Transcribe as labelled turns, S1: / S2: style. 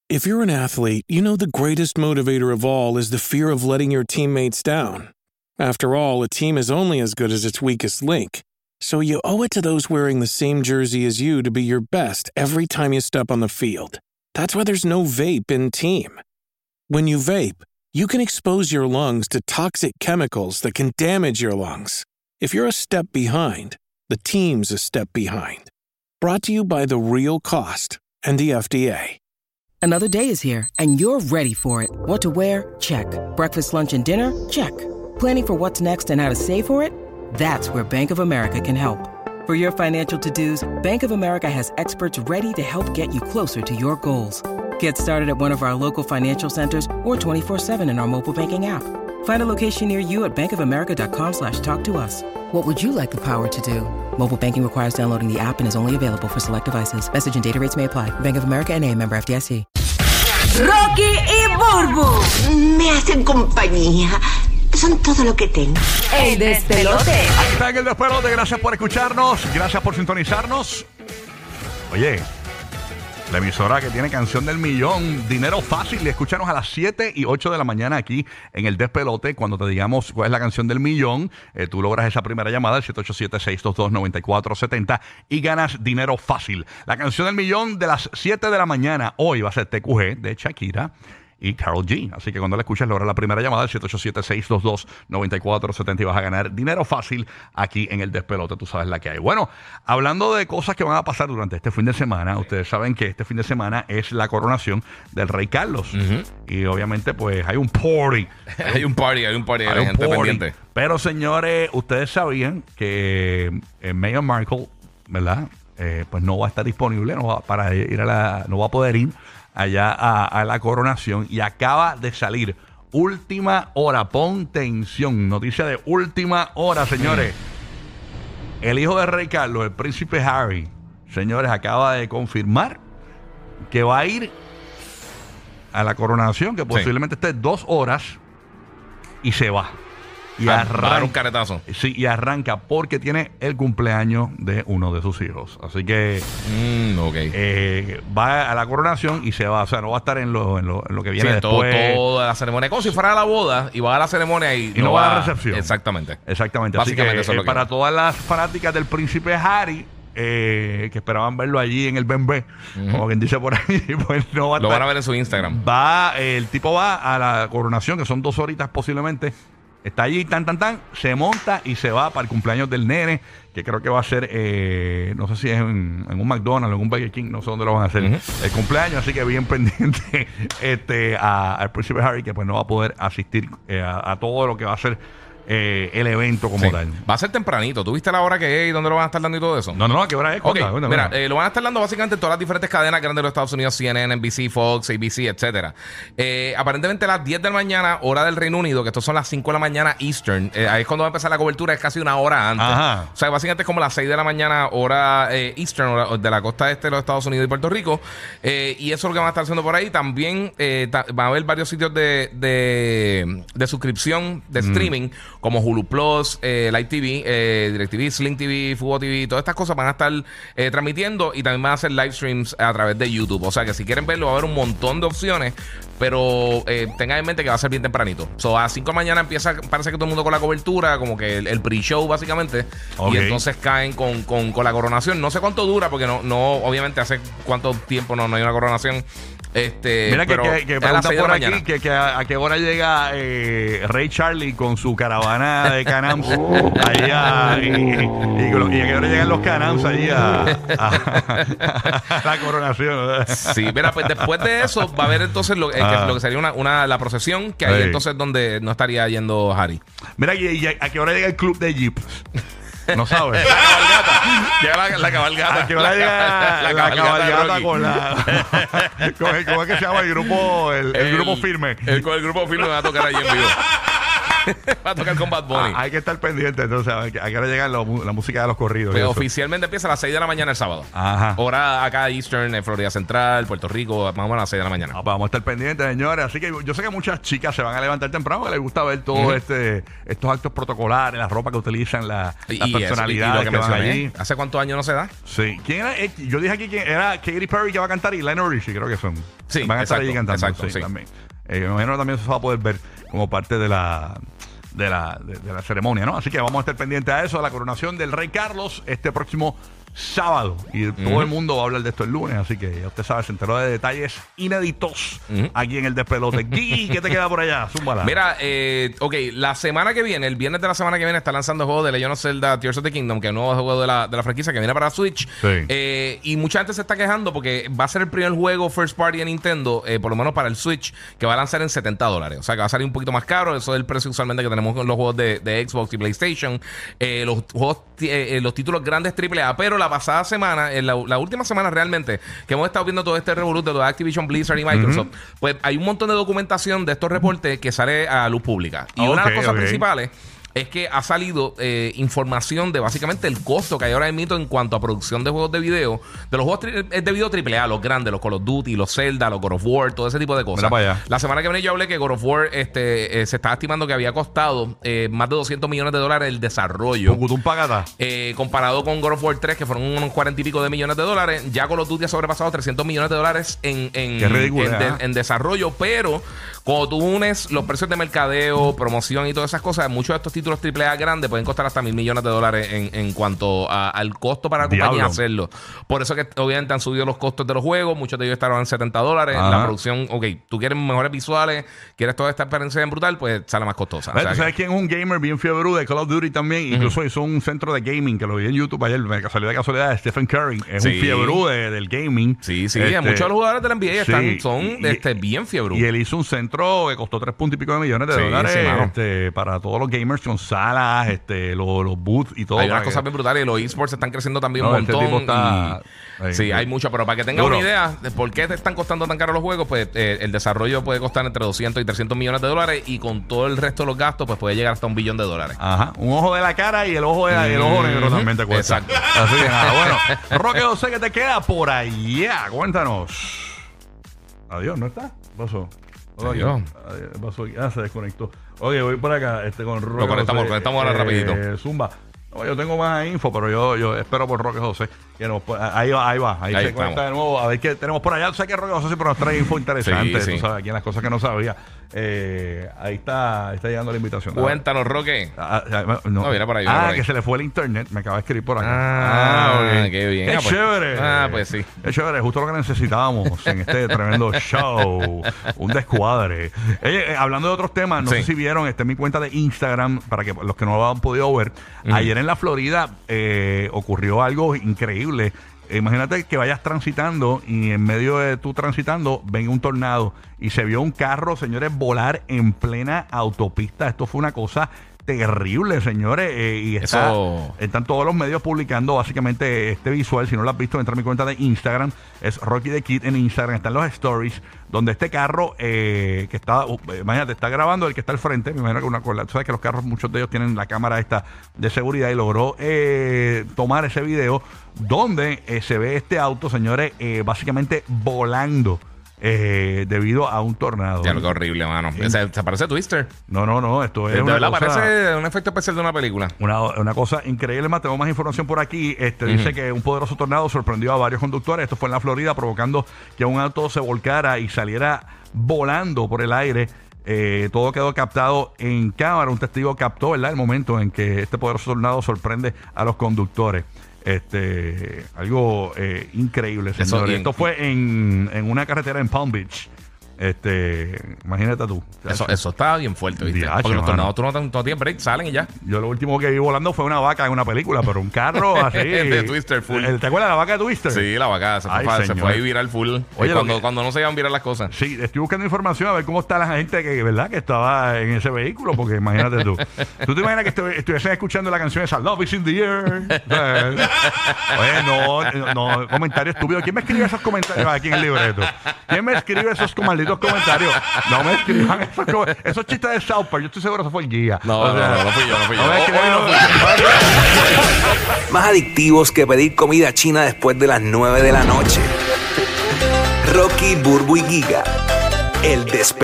S1: If you're an athlete, you know the greatest motivator of all is the fear of letting your teammates down. After all, a team is only as good as its weakest link. So you owe it to those wearing the same jersey as you to be your best every time you step on the field. That's why there's no vape in team. When you vape, you can expose your lungs to toxic chemicals that can damage your lungs. If you're a step behind, the team's a step behind. Brought to you by The Real Cost and the FDA.
S2: Another day is here, and you're ready for it. What to wear? Check. Breakfast, lunch, and dinner? Check. Planning for what's next and how to save for it? That's where Bank of America can help. For your financial to-dos, Bank of America has experts ready to help get you closer to your goals. Get started at one of our local financial centers or 24/7 in our mobile banking app. Find a location near you at bankofamerica.com/talktous. What would you like the power to do? Mobile banking requires downloading the app and is only available for select devices. Message and data rates may apply. Bank of America N.A., member FDIC.
S3: Rocky y Burbu
S4: Me hacen compañía. Son todo lo que tengo.
S3: El Despelote.
S5: Aquí está en el Despelote. Gracias por escucharnos. Gracias por sintonizarnos. Oye, la emisora que tiene canción del millón, Dinero Fácil. Escúchanos a las 7 y 8 de la mañana aquí en el Despelote. Cuando te digamos cuál es la canción del millón, tú logras esa primera llamada, el 787-622-9470, y ganas dinero fácil. La canción del millón de las 7 de la mañana hoy va a ser TQG de Shakira y Karol G. Así que cuando la escuches, logra la primera llamada, el 787-622-9470, y vas a ganar dinero fácil aquí en el Despelote. Tú sabes la que hay. Bueno, hablando de cosas que van a pasar durante este fin de semana, ustedes saben que este fin de semana es la coronación del Rey Carlos. Y obviamente, pues, hay un party.
S6: Hay un party, hay gente pendiente.
S5: Pero, señores, ustedes sabían que Meghan Markle, ¿verdad? Pues no va a estar disponible, no va a poder ir allá a la coronación, y acaba de salir última hora, pon tensión, noticia de última hora, señores. El hijo de Rey Carlos, el príncipe Harry, señores, acaba de confirmar que va a ir a la coronación, que posiblemente esté 2 horas y se va. Y
S6: va a dar un caretazo.
S5: Sí, y arranca porque tiene el cumpleaños de uno de sus hijos. Así que va a la coronación y se va. O sea, no va a estar en lo que viene después.
S6: Toda la ceremonia. Como si fuera a la boda y va a la ceremonia y
S5: no va a la recepción.
S6: Exactamente.
S5: Así
S6: Básicamente
S5: que,
S6: eso es lo que
S5: para todas las fanáticas del príncipe Harry, que esperaban verlo allí en el Bembé, como quien dice por ahí, pues no va a estar.
S6: Lo van a ver en su Instagram.
S5: El tipo va a la coronación, que son 2 horitas posiblemente. Está allí, se monta y se va para el cumpleaños del nene, que creo que va a ser, no sé si es en un McDonald's o en un Burger King, no sé dónde lo van a hacer, el cumpleaños. Así que bien pendiente al príncipe Harry, que pues no va a poder asistir a todo lo que va a ser el evento como tal.
S6: Va a ser tempranito. ¿Tú viste la hora que es y dónde lo van a estar dando y todo eso?
S5: No, ¿a qué hora es?
S6: Okay. Mira, lo van a estar dando básicamente en todas las diferentes cadenas grandes de los Estados Unidos: CNN, NBC, Fox, ABC, etcétera. Aparentemente a las 10 de la mañana, hora del Reino Unido, que estos son las 5 de la mañana Eastern. Ahí es cuando va a empezar la cobertura, es casi 1 hora antes. Ajá. O sea, básicamente es como las 6 de la mañana, hora Eastern, hora de la costa este de los Estados Unidos y Puerto Rico. Y eso es lo que van a estar haciendo por ahí. También va a haber varios sitios de suscripción, de streaming, como Hulu Plus, Live TV, DirecTV, Sling TV, Fubo TV. Todas estas cosas van a estar transmitiendo, y también van a hacer live streams a través de YouTube. O sea que si quieren verlo, va a haber un montón de opciones, pero tengan en mente que va a ser bien tempranito. A 5 de la mañana empieza, parece que todo el mundo con la cobertura, como que el pre-show básicamente. Y entonces caen con la coronación. No sé cuánto dura, porque no obviamente hace cuánto tiempo no hay una coronación.
S5: Mira que pregunta por aquí que a qué hora llega Ray Charlie con su caravana de Canams allá, y a qué hora llegan los Canams allí a la coronación.
S6: Sí, mira, pues después de eso va a haber entonces lo que sería la procesión, que ahí entonces donde no estaría yendo Harry.
S5: Mira, y a qué hora llega el club de Jeep. No sabes.
S6: La cabalgata. Llega la cabalgata.
S5: ¿A qué hora llega la cabalgata con ¿cómo es que se llama el grupo? El grupo firme.
S6: Con el grupo firme va a tocar allí en vivo. Va a tocar con Bad Bunny.
S5: Hay que estar pendiente, entonces hay que llegar la música de los corridos.
S6: Pues oficialmente empieza a las 6 de la mañana el sábado.
S5: Ajá.
S6: Hora acá Eastern, en Florida Central, Puerto Rico, más o menos a las 6 de la mañana.
S5: Vamos a estar pendientes, señores. Así que yo sé que muchas chicas se van a levantar temprano, que les gusta ver todos estos actos protocolares, la ropa que utilizan, las personalidades que van allí.
S6: ¿Hace cuántos años no se da?
S5: Sí. ¿Quién era? Yo dije aquí quién era. Katy Perry que va a cantar y Lionel Richie, creo que son.
S6: Sí,
S5: van a estar
S6: exacto,
S5: allí cantando.
S6: exacto, sí.
S5: También. Me imagino que también se va a poder ver como parte de la ceremonia, ¿no? Así que vamos a estar pendientes a eso, a la coronación del Rey Carlos este próximo sábado. Y todo el mundo va a hablar de esto el lunes, así que ya usted sabe, se enteró de detalles inéditos aquí en el despelote. Gui, ¿qué te queda por allá? Zúmbala.
S6: Mira, ok, la semana que viene, el viernes de la semana que viene, está lanzando el juego de Legend of Zelda Tears of the Kingdom, que es el nuevo juego de la franquicia que viene para Switch.
S5: Sí.
S6: Y mucha gente se está quejando porque va a ser el primer juego first party de Nintendo, por lo menos para el Switch, que va a lanzar en $70. O sea, que va a salir un poquito más caro. Eso es el precio usualmente que tenemos con los juegos de Xbox y PlayStation. Los títulos grandes AAA, pero la pasada semana, la última semana realmente, que hemos estado viendo todo este revoluto de Activision, Blizzard y Microsoft, pues hay un montón de documentación de estos reportes que sale a luz pública. Y una de las cosas principales es que ha salido información de básicamente el costo que hay ahora mismo en cuanto a producción de juegos de video, de los juegos de video AAA, los grandes, los Call of Duty, los Zelda, los God of War, todo ese tipo de cosas. La semana que viene yo hablé que God of War se estaba estimando que había costado más de $200 millones el desarrollo. Comparado con God of War 3, que fueron unos 40 y pico de millones de dólares. Ya Call of Duty ha sobrepasado $300 millones en desarrollo, pero cuando tú unes los precios de mercadeo, promoción y todas esas cosas, muchos de estos títulos AAA grandes pueden costar hasta $1,000 millones en cuanto al costo para la compañía hacerlo. Por eso que obviamente han subido los costos de los juegos. Muchos de ellos estaban en $70. La producción, ok, tú quieres mejores visuales, quieres toda esta experiencia en brutal, pues sale más costosa.
S5: ¿Tú sabes quién es un gamer bien fiebre de Call of Duty también? Incluso hizo un centro de gaming que lo vi en YouTube ayer, me salió de casualidad. Stephen Curry es un fiebre del gaming.
S6: Sí, muchos de los jugadores de la NBA son bien fiebre.
S5: Y él hizo un centro que costó $3 y pico de millones para todos los gamers, con salas, los booths y todo.
S6: Hay unas cosas bien brutales y los esports están creciendo también un montón. Hay mucho, pero para que tengan una idea de por qué te están costando tan caros los juegos, pues el desarrollo puede costar entre $200 y $300 millones y con todo el resto de los gastos, pues puede llegar hasta $1 billón.
S5: Ajá, un ojo de la cara y el ojo negro también te cuesta.
S6: Exacto.
S5: Así que nada, bueno, Roque José, que te queda por allá, cuéntanos. Adiós, ¿no está? ¿Qué pasó? Se desconectó. Oye, voy por acá con Roque.
S6: Lo conectamos ahora rapidito.
S5: Zumba. No, yo tengo más info, pero yo espero por Roque José. Que ahí va. Ahí se conecta de nuevo. A ver qué tenemos por allá. Tú sabes que Roque José siempre nos trae info interesante. Tú sabes, aquí en las cosas que no sabía. Ahí está llegando la invitación.
S6: Cuéntanos, Roque.
S5: No,
S6: mira por ahí.
S5: Que se le fue el internet. Me acaba de escribir por acá.
S6: Qué bien.
S5: Qué chévere.
S6: Pues sí.
S5: Qué chévere. Justo lo que necesitábamos en este tremendo show. Un descuadre. Hablando de otros temas, no sé si vieron mi cuenta de Instagram, para que los que no lo han podido ver. Ayer en la Florida ocurrió algo increíble. Imagínate que vayas transitando y en medio de tú transitando venga un tornado y se vio un carro, señores, volar en plena autopista. Esto fue una cosa terrible, señores, y están todos los medios publicando básicamente este visual. Si no lo has visto, entra a mi cuenta de Instagram, es Rocky the Kid en Instagram, están los stories donde este carro que está, imagínate, está grabando el que está al frente. Me imagino que tú sabes que los carros, muchos de ellos tienen la cámara esta de seguridad, y logró tomar ese video donde se ve este auto, señores, básicamente volando debido a un tornado.
S6: Ya, lo horrible, mano. ¿Se parece a Twister?
S5: No, esto es
S6: de
S5: una
S6: verdad,
S5: cosa,
S6: parece un efecto especial de una película.
S5: Una cosa increíble. Más, tengo más información por aquí. Dice que un poderoso tornado sorprendió a varios conductores. Esto fue en la Florida, provocando que un auto se volcara y saliera volando por el aire. Todo quedó captado en cámara. Un testigo captó, ¿verdad?, el momento en que este poderoso tornado sorprende a los conductores. Algo increíble, señores. Esto fue en una carretera en Palm Beach. Imagínate tú.
S6: Eso está bien fuerte, ¿viste? Porque los tornados tú no tienes break, salen y ya.
S5: Yo lo último que vi volando fue una vaca en una película, pero un carro así.
S6: De Twister full.
S5: ¿Te acuerdas de la vaca de Twister?
S6: Sí, la vaca se fue a viral full. Oye, cuando no se iban a virar las cosas.
S5: Sí, estoy buscando información a ver cómo está la gente que estaba en ese vehículo, porque imagínate tú. ¿Tú te imaginas que estuviesen escuchando la canción esa Love is in the air? Oye, no, comentario estúpido. ¿Quién me escribe esos comentarios aquí en el libreto? ¿Quién me escribe esos malditos comentarios. No me escriban esos chistes de South Park. Yo estoy seguro que eso fue el guía.
S6: No fui yo.
S7: Más adictivos que pedir comida china después de las 9 de la noche. Rocky, Burbu y Giga. El despelote.